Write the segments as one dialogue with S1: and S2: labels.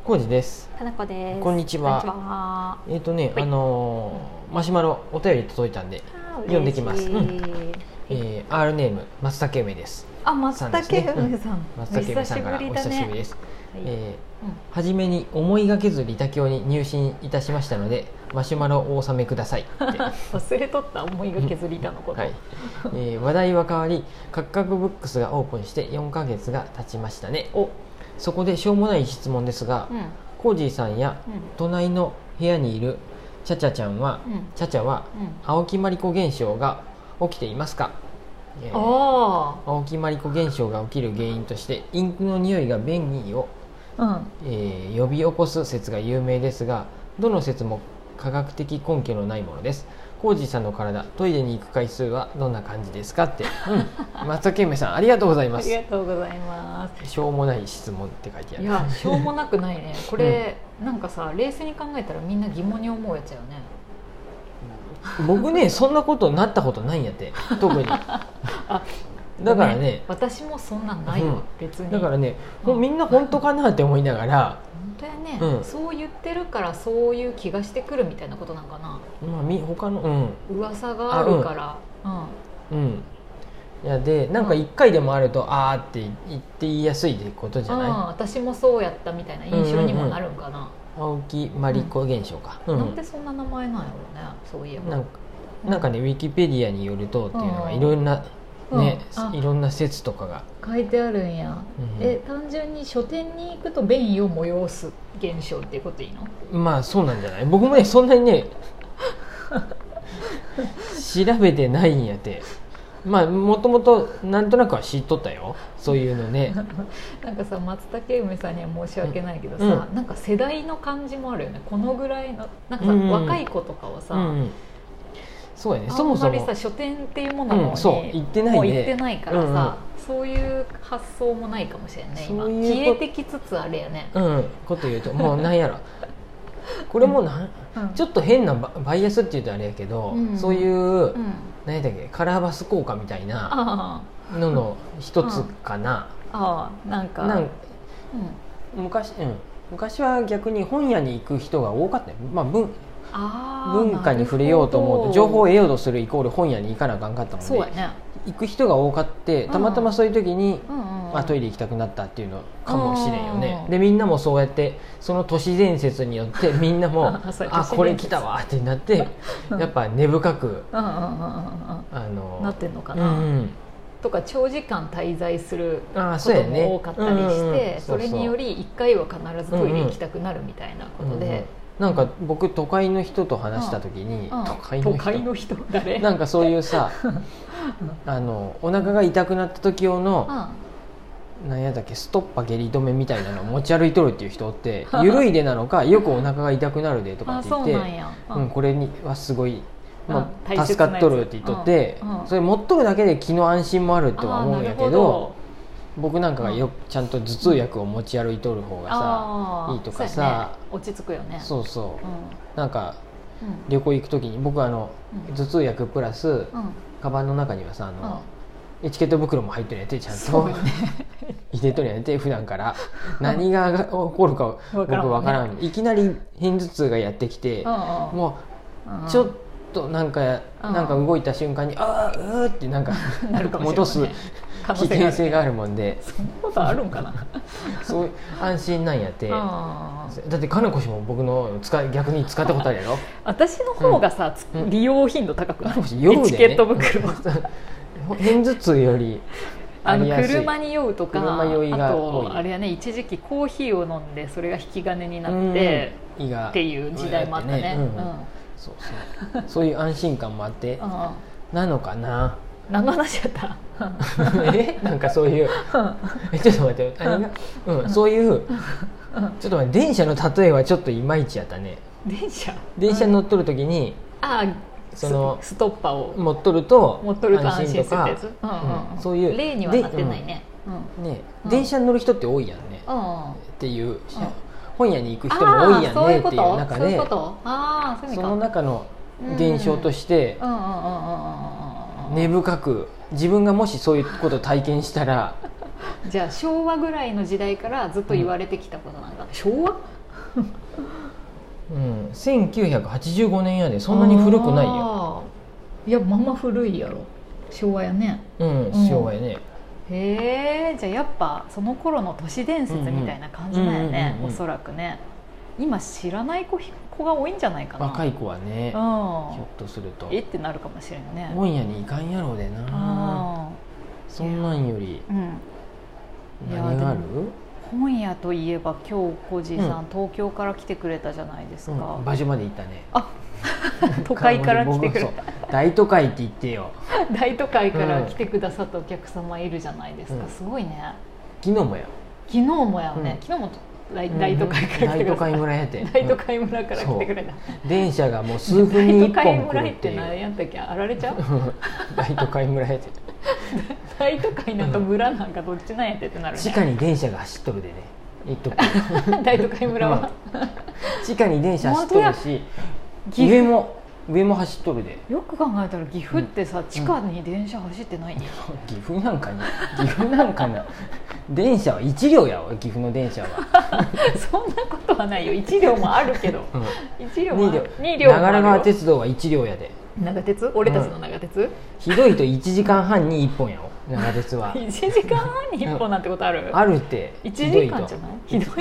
S1: コウジです。
S2: かなこです。
S1: こんにちは。マシュマロお便り届いたんで読んできます。R ネーム松茸梅です。
S2: 松茸梅さん。
S1: 松茸梅さんからお久しぶりです。はじめに思いがけずリタ教に入信いたしましたのでマシュマロをお納めくださいって
S2: 忘れとった。思いがけずリタのこと、
S1: 話題は変わりカクカクブックスがオープンして4ヶ月が経ちましたね。そこでしょうもない質問ですが、コージーさんや隣の部屋にいるチャチャちゃんは、チャチャは青木まりこ現象が起きていますか？青木まりこ現象が起きる原因としてインクの匂いが便意を、呼び起こす説が有名ですが、どの説も科学的根拠のないものです。コージーさんの体、トイレに行く回数はどんな感じですかって、松茸梅さんありがとうございます。
S2: ありがとうございます。
S1: しょうもない質問って書いてある。
S2: いや、しょうもなくないねこれ、なんかさ、冷静に考えたらみんな疑問に思うやつよね。
S1: 僕ねそんなことなったことないんやって特にだからね、
S2: 私もそんなんないわ、別に。
S1: だからね、みんな本当かなって思いながら、
S2: 本当やね、そう言ってるからそういう気がしてくるみたいなことなんかな。
S1: 他の、
S2: 噂があるから、
S1: いやでなんか1回でもあると、あーって言って言いやすいってことじゃない？
S2: 私もそうやったみたいな印象にもなるんかな。
S1: 青木まりこ現象か、
S2: なんでそんな名前なんやろうね、そういえば。
S1: なんかね、ウィキペディアによるとっていうのがいろんな、いろんな説とかが
S2: 書いてあるんや。単純に書店に行くと便意を催す現象っていうこといいの？
S1: まあそうなんじゃない？僕もねそんなにね調べてないんやて。もともとなんとなくは知っとったよ、そういうのね。
S2: なんかさ、松茸梅さんには申し訳ないけどさ、なんか世代の感じもあるよね。このぐらいのなんかさ、若い子とかはさ、
S1: そうやね、そもそも
S2: あんまりさ書店っていうものに
S1: 行ってない
S2: もう行ってないからさ、そういう発想もないかもしれない。今消えてきつつあれやね。
S1: こと言うともうなんやろこれもちょっと変なバイアスって言うとあれやけど、そういう何だっけ、カラーバス効果みたいなのの一つかな。昔は逆に本屋に行く人が多かったよ。文化に触れようと思うと情報を得ようとするイコール本屋に行かなあかんかったもんで、行く人が多かってたまたまそういう時にトイレ行きたくなったっていうのかもしれんよね。でみんなもそうやってその都市伝説によってみんなもこれ来たわってなってやっぱ根深く
S2: なってんのかな。とか長時間滞在することも多かったりして、それにより1回は必ずトイレ行きたたくなるみたいなことで、
S1: なんか僕都会の人と話した時に、
S2: 都会の人誰？
S1: なんかそういうさお腹が痛くなった時用の何やだっけ、ストッパ下痢止めみたいなのを持ち歩いとるっていう人って緩いでなのかよくお腹が痛くなるでとかって言ってこれにはすごい助かっとるって言っとって、それ持っとるだけで気の安心もあるとは思うんやけど、僕なんかがちゃんと頭痛薬を持ち歩いとる方がさいいとかさ、
S2: 落ち着くよね。
S1: なんか旅行行く時に僕頭痛薬プラスカバンの中にはさエチケット袋も入ってるやて、ちゃんと入れとるやて。普段から何が起こるか僕分からん。いきなり片頭痛がやってきてもうちょっとなんか動いた瞬間にあーってなんか戻す危険性があるもんで。
S2: そんなことあるんかな。
S1: そういう安心なんやって。だってかなこ氏も僕の逆に使ったことあるやろ。
S2: 私の方がさ、利用頻度高くない？エチケット袋
S1: 片頭痛より
S2: 車に酔うとか、
S1: 車酔いが多い。
S2: あとあれやね、一時期コーヒーを飲んでそれが引き金になってっていう時代もあったね。
S1: そういう安心感もあってなのかな。
S2: 何の話やった？
S1: なんかそういうちょっと待ってそういうちょっと待って、電車の例えはちょっといまいちやったね。電車に乗っとる時にその
S2: ストッパーを
S1: 持っとると
S2: 安心とか、
S1: そういう
S2: 例にはなってないね。
S1: 電車に乗る人って多いやんねっていう、本屋に行く人も多いやんねっていう中で、その中の現象として根深く自分がもしそういうことを体験したら
S2: じゃあ昭和ぐらいの時代からずっと言われてきたことなんだ。昭和
S1: うん、1985年やで、そんなに古くないよ。
S2: いやまんま古いやろ、昭和やね。
S1: うん、昭和やね。
S2: へえ、じゃあやっぱその頃の都市伝説みたいな感じなんやね、おそらくね。今知らない子が多いんじゃないかな、
S1: 若い子はね、ひょっとすると
S2: ってなるかもしれんね。
S1: 本屋に行かんやろうでな。そんなんより何がある？
S2: 本屋といえば今日コージーさん、東京から来てくれたじゃないですか。
S1: 場所まで行ったね。
S2: 都会から来てくれた。
S1: 大都会って言ってよ。
S2: 大都会から来てくださったお客様いるじゃないですか、すごいね。
S1: 昨日もや。
S2: 昨日もやね、昨日も大都会から来てくれた。
S1: 大都会村やて。
S2: 大都会村から来てくれた。
S1: 電車がもう数分に1本来るっていう。大都会
S2: 村って何やったっけ、あられちゃう？
S1: 大都会村やて。
S2: 大都会なんか村なんかどっちなんやってってなるね。
S1: 地下に電車が走っとるでね、言っとく。
S2: 大都会村は
S1: 地下に電車走っとるし、上も走っとるで。
S2: よく考えたら岐阜ってさ、地下に電車走ってないんや。
S1: 岐阜なんかな。電車は1両やわ、岐阜の電車は。
S2: そんなことはないよ、1両もあるけど。1両も2両もあるよ。
S1: 長良川鉄道は1両やで。
S2: 長鉄？俺たちの長鉄？
S1: ひどいと1時間半に1本やろ、長鉄は。
S2: 1時間半に1本なんてことある？
S1: あるって。
S2: 1時間じゃない？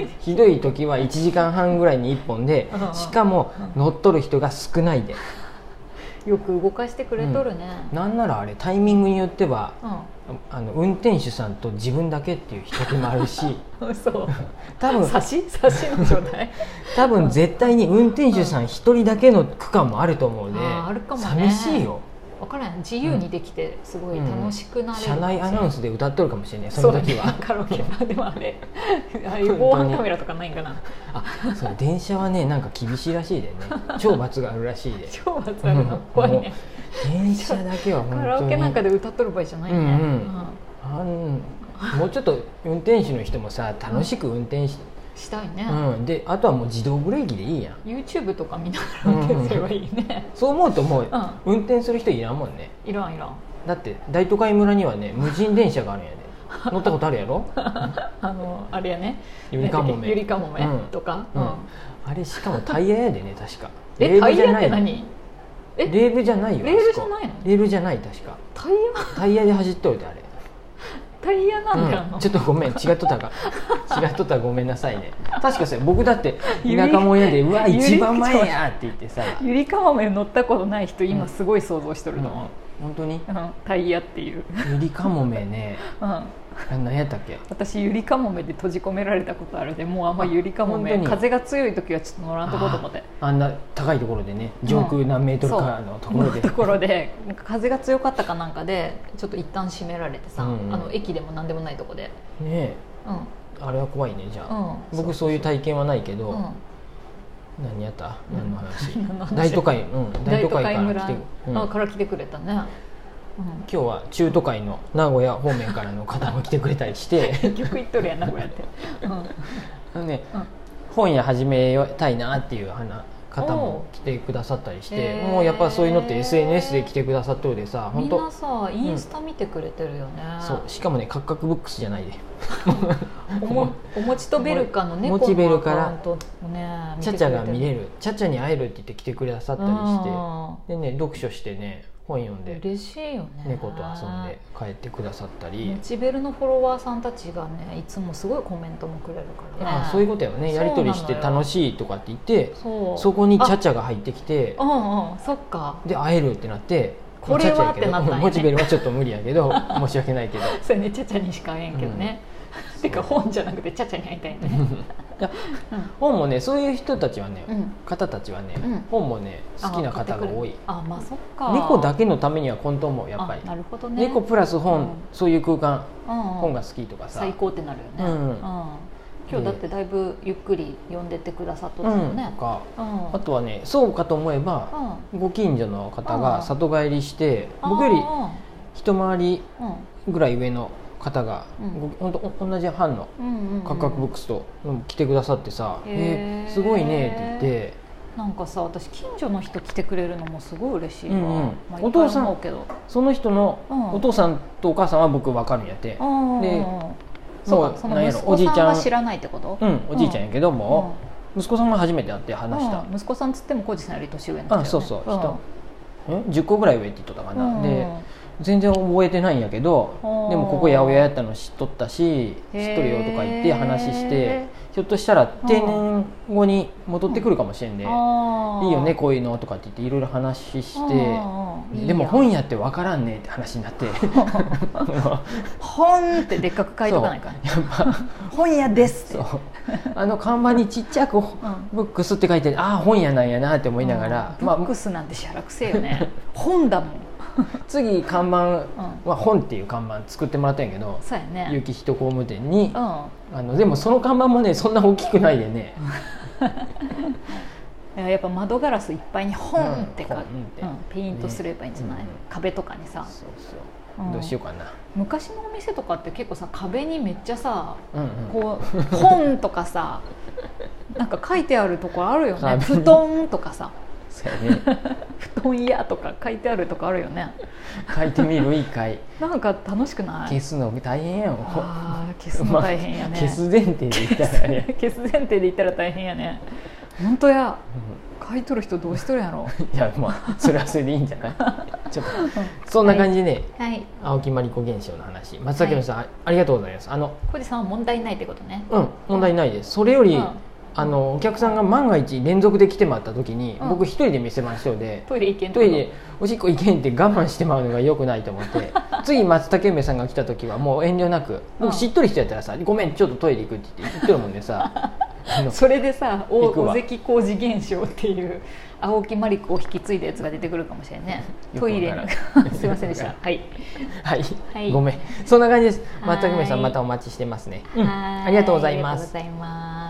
S1: ひどい時は1時間半ぐらいに1本で、しかも乗っとる人が少ないで。
S2: よく動かしてくれとるね。
S1: なんならあれタイミングによっては、運転手さんと自分だけっていう時もあるし。
S2: そう
S1: 多分
S2: 差しの状態。
S1: 多分絶対に運転手さん一人だけの区間もあると思うね。
S2: あるかもね。
S1: 寂しいよ。
S2: 分からん、自由にできてすごい楽しくなれる。
S1: 車内アナウンスで歌っとるかもしれない、その時は。
S2: カラオケでもあれ、ああいう防犯カメラとかないんかな。
S1: そう、電車はね、なんか厳しいらしいでね。懲罰があるらしいで。
S2: 懲罰あるの怖いね。
S1: 電車だけは本当に
S2: カラオケなんかで歌っとる場合じゃないね。
S1: もうちょっと運転手の人もさ、楽しく運転
S2: したいね。
S1: で、あとはもう自動ブレーキでいいやん。
S2: YouTube とか見ながら運転すればいいね。
S1: そう思うともう運転する人いらんもんね。
S2: いらん。
S1: だって大都会村にはね、無人電車があるんやで。乗ったことあるやろ。
S2: あれやね、
S1: ゆりかもめ
S2: とか。
S1: あれしかもタイヤやでね、確か。
S2: タイヤって何？
S1: レールじゃないよ。
S2: レールじゃないの？
S1: レールじゃない、確か。タイヤで走っとるで、あれ。
S2: タイヤなんだよ、
S1: ちょっとごめん、違っとったらごめんなさいね。確かさ、僕だって田舎もんやで、うわ一番前やって言ってさ。
S2: ゆりかもめ乗ったことない人、今すごい想像しとるの。
S1: 本当に？
S2: タイヤっていう。
S1: ゆりかもめね。何やったっけ？
S2: 私ゆりかもめで閉じ込められたことあるで、もうあんまゆりかもめ風が強い時はちょっと乗らんとこうと思って。
S1: あんな高いところでね、上空何メートルかのところで
S2: 風が強かったかなんかでちょっと一旦閉められてさ、駅でも何でもないとこで
S1: ね。あれは怖いね。じゃあ僕そういう体験はないけど。何やった？何の話？大都会
S2: から来てくれたね。
S1: 今日は中都会の名古屋方面からの方も来てくれたりして。
S2: 結局行っとるやん、名古屋って。
S1: 本屋始めたいなっていう方も来てくださったりして、もうやっぱそういうのって SNS で来てくださっとるでさ、
S2: みんなさインスタ見てくれてるよね。
S1: そう、しかもね、カクカクブックスじゃないで、
S2: おもちとベルカの猫のアカウントもね、
S1: チャチャが見れる、チャチャに会えるって言って来てくださったりして、でね、読書してね、本読んで
S2: 嬉しいよね。
S1: 猫と遊んで帰ってくださったり、
S2: モチベルのフォロワーさんたちがね、いつもすごいコメントもくれるからね。
S1: そういうことやよね。やり取りして楽しいとかって言って、そこにチャチャが入ってきて、
S2: そっか、
S1: で会えるってなって、
S2: これはってなったんやね。
S1: モチベルはちょっと無理やけど申し訳ないけど。
S2: それね、チャチャにしか会えんけどね。てか本じゃなくてチャチャに会いたいんだね。
S1: 本もね、そういう人たちはね、方たちはね、本もね好きな方が多い。
S2: まあそっか。
S1: 猫だけのためには混沌もやっぱり。
S2: なるほどね。
S1: 猫プラス本、そういう空間、本が好きとかさ。
S2: 最高ってなるよね。今日だってだいぶゆっくり読んでってくださっとったもんね。
S1: あとはね、そうかと思えばご近所の方が里帰りして、僕より一回りぐらい上の方が本当同じ班のカクカクブックスと来てくださってさ、すごいねって言って。
S2: なんかさ、私近所の人来てくれるのもすごい嬉しいわ。
S1: お父さん、その人のお父さんとお母さんは僕分かるんやって。で、
S2: そうか、その息子さんは知らないってこと？
S1: おじいちゃんやけども、 息子さんが初めて会って話した、
S2: 息子さんつっても浩二さんより年上の人よね。
S1: そうそう、10個ぐらい上って言っとったかな、で全然覚えてないんやけど、でもここ八百屋やったの知っとったし、知っとるよとか言って話して、ひょっとしたら定年後に戻ってくるかもしれんで、いいよねこういうのとかって言っていろいろ話して、でも本屋って分からんねって話になって
S2: 本ってでっかく書いとかないか、やっぱ本屋ですって、
S1: 看板にちっちゃくブックスって書いて、ああ本屋なんやなって思いながら、
S2: ブックスなんてしゃらくせえよね本だもん
S1: 次看板は本っていう看板作ってもらったんやけど、
S2: そうやね、
S1: 有機ヒット工務店に、でもその看板もねそんな大きくないでね
S2: やっぱ窓ガラスいっぱいに本ってペイントすればいいんじゃない、壁とかにさ。
S1: そうそう、どうしようかな。
S2: 昔のお店とかって結構さ壁にめっちゃさ、こう本とかさなんか書いてあるとこあるよね布団とかさ
S1: そうやね
S2: 布団屋とか書いてあるとこあるよね
S1: 書いてみる一回
S2: なんか楽しくない？
S1: 消すの大変やん。
S2: 消すの大変やね、
S1: 消す前提で言ったらね
S2: 消す前提で言ったら大変やね。本当や、書いとる人どうしとるやろ
S1: いやまあそれはそれでいいんじゃないちょっとそんな感じで、青木まりこ現象の話、松崎さん、ありがとうございます。
S2: 小路さんは問題ないってことね。
S1: 問題ないです。それより、お客さんが万が一連続で来てもらった時に、僕一人で店番しようで、
S2: トイレ行けん、
S1: トイレおしっこ行けんって我慢してまうのが良くないと思って次松竹梅さんが来た時はもう遠慮なく、僕しっとり人やったらさ、ごめんちょっとトイレ行くって言ってるもんでさ
S2: それでさ尾関浩二現象っていう青木まりこを引き継いだやつが出てくるかもしれないね。トイレにすいませんでした。はい、
S1: ごめん、そんな感じです。松竹梅さんまたお待ちしてますね。ありがとうございます。